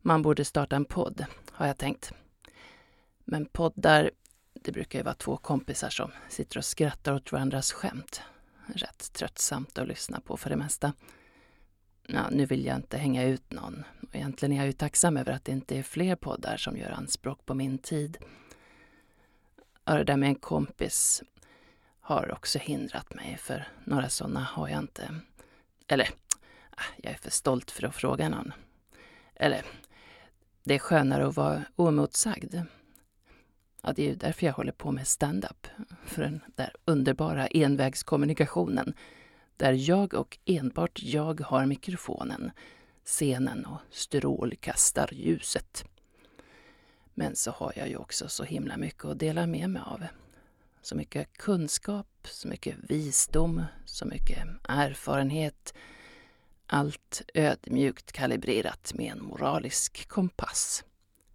Man borde starta en podd, har jag tänkt. Men poddar, det brukar ju vara två kompisar som sitter och skrattar åt varandras skämt. Rätt tröttsamt att lyssna på för det mesta. Ja, nu vill jag inte hänga ut någon. Och egentligen är jag ju tacksam över att det inte är fler poddar som gör anspråk på min tid. Ja, det där med en kompis har också hindrat mig, för några sådana har jag inte. Eller, jag är för stolt för att fråga någon. Eller, det är skönare att vara oemotsagd. Ja, det är ju därför jag håller på med stand-up. För den där underbara envägskommunikationen. Där jag och enbart jag har mikrofonen, scenen och strålkastarljuset. Men så har jag ju också så himla mycket att dela med mig av. Så mycket kunskap, så mycket visdom, så mycket erfarenhet. Allt ödmjukt kalibrerat med en moralisk kompass.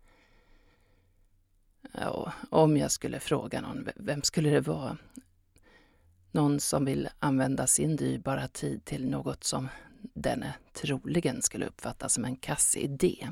Ja, om jag skulle fråga någon, vem skulle det vara? Någon som vill använda sin dyrbara tid till något som denne troligen skulle uppfatta som en kass idé.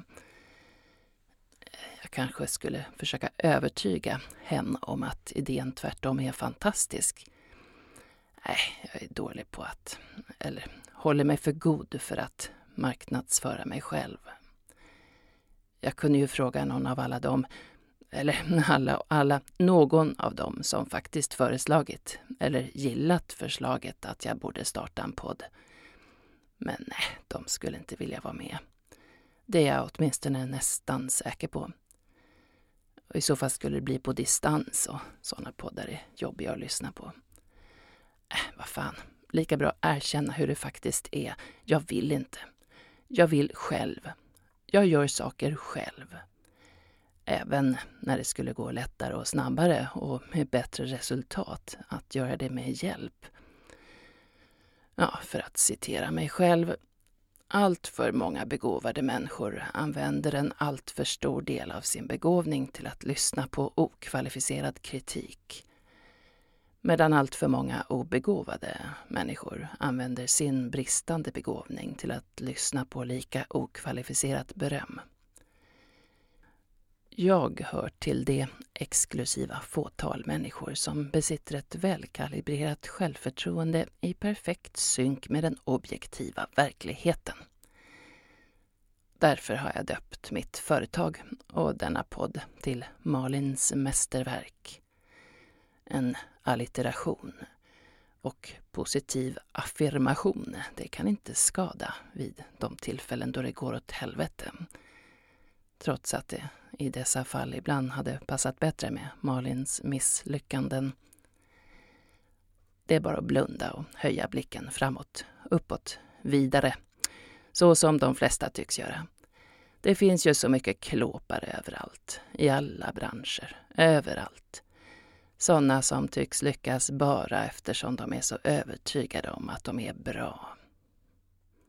Jag kanske skulle försöka övertyga hen om att idén tvärtom är fantastisk. Nej, jag är dålig på att, eller håller mig för god för att marknadsföra mig själv. Jag kunde ju fråga någon av alla dem, eller någon av dem som faktiskt föreslagit eller gillat förslaget att jag borde starta en podd. Men nej, de skulle inte vilja vara med. Det är jag åtminstone nästan säker på. Och i så fall skulle det bli på distans, och sådana poddar är jobbiga att lyssna på. Vad fan, lika bra erkänna hur det faktiskt är. Jag vill inte. Jag vill själv. Jag gör saker själv. Även när det skulle gå lättare och snabbare och med bättre resultat att göra det med hjälp. Ja, för att citera mig själv. Allt för många begåvade människor använder en allt för stor del av sin begåvning till att lyssna på okvalificerad kritik. Medan allt för många obegåvade människor använder sin bristande begåvning till att lyssna på lika okvalificerat beröm. Jag hör till det exklusiva fåtal människor som besitter ett välkalibrerat självförtroende i perfekt synk med den objektiva verkligheten. Därför har jag döpt mitt företag och denna podd till Malins mästerverk. En allitteration och positiv affirmation, det kan inte skada vid de tillfällen då det går åt helvete. Trots att det i dessa fall ibland hade passat bättre med Malins misslyckanden. Det är bara att blunda och höja blicken framåt, uppåt, vidare. Så som de flesta tycks göra. Det finns ju så mycket klåpare överallt, i alla branscher, överallt. Sådana som tycks lyckas bara eftersom de är så övertygade om att de är bra.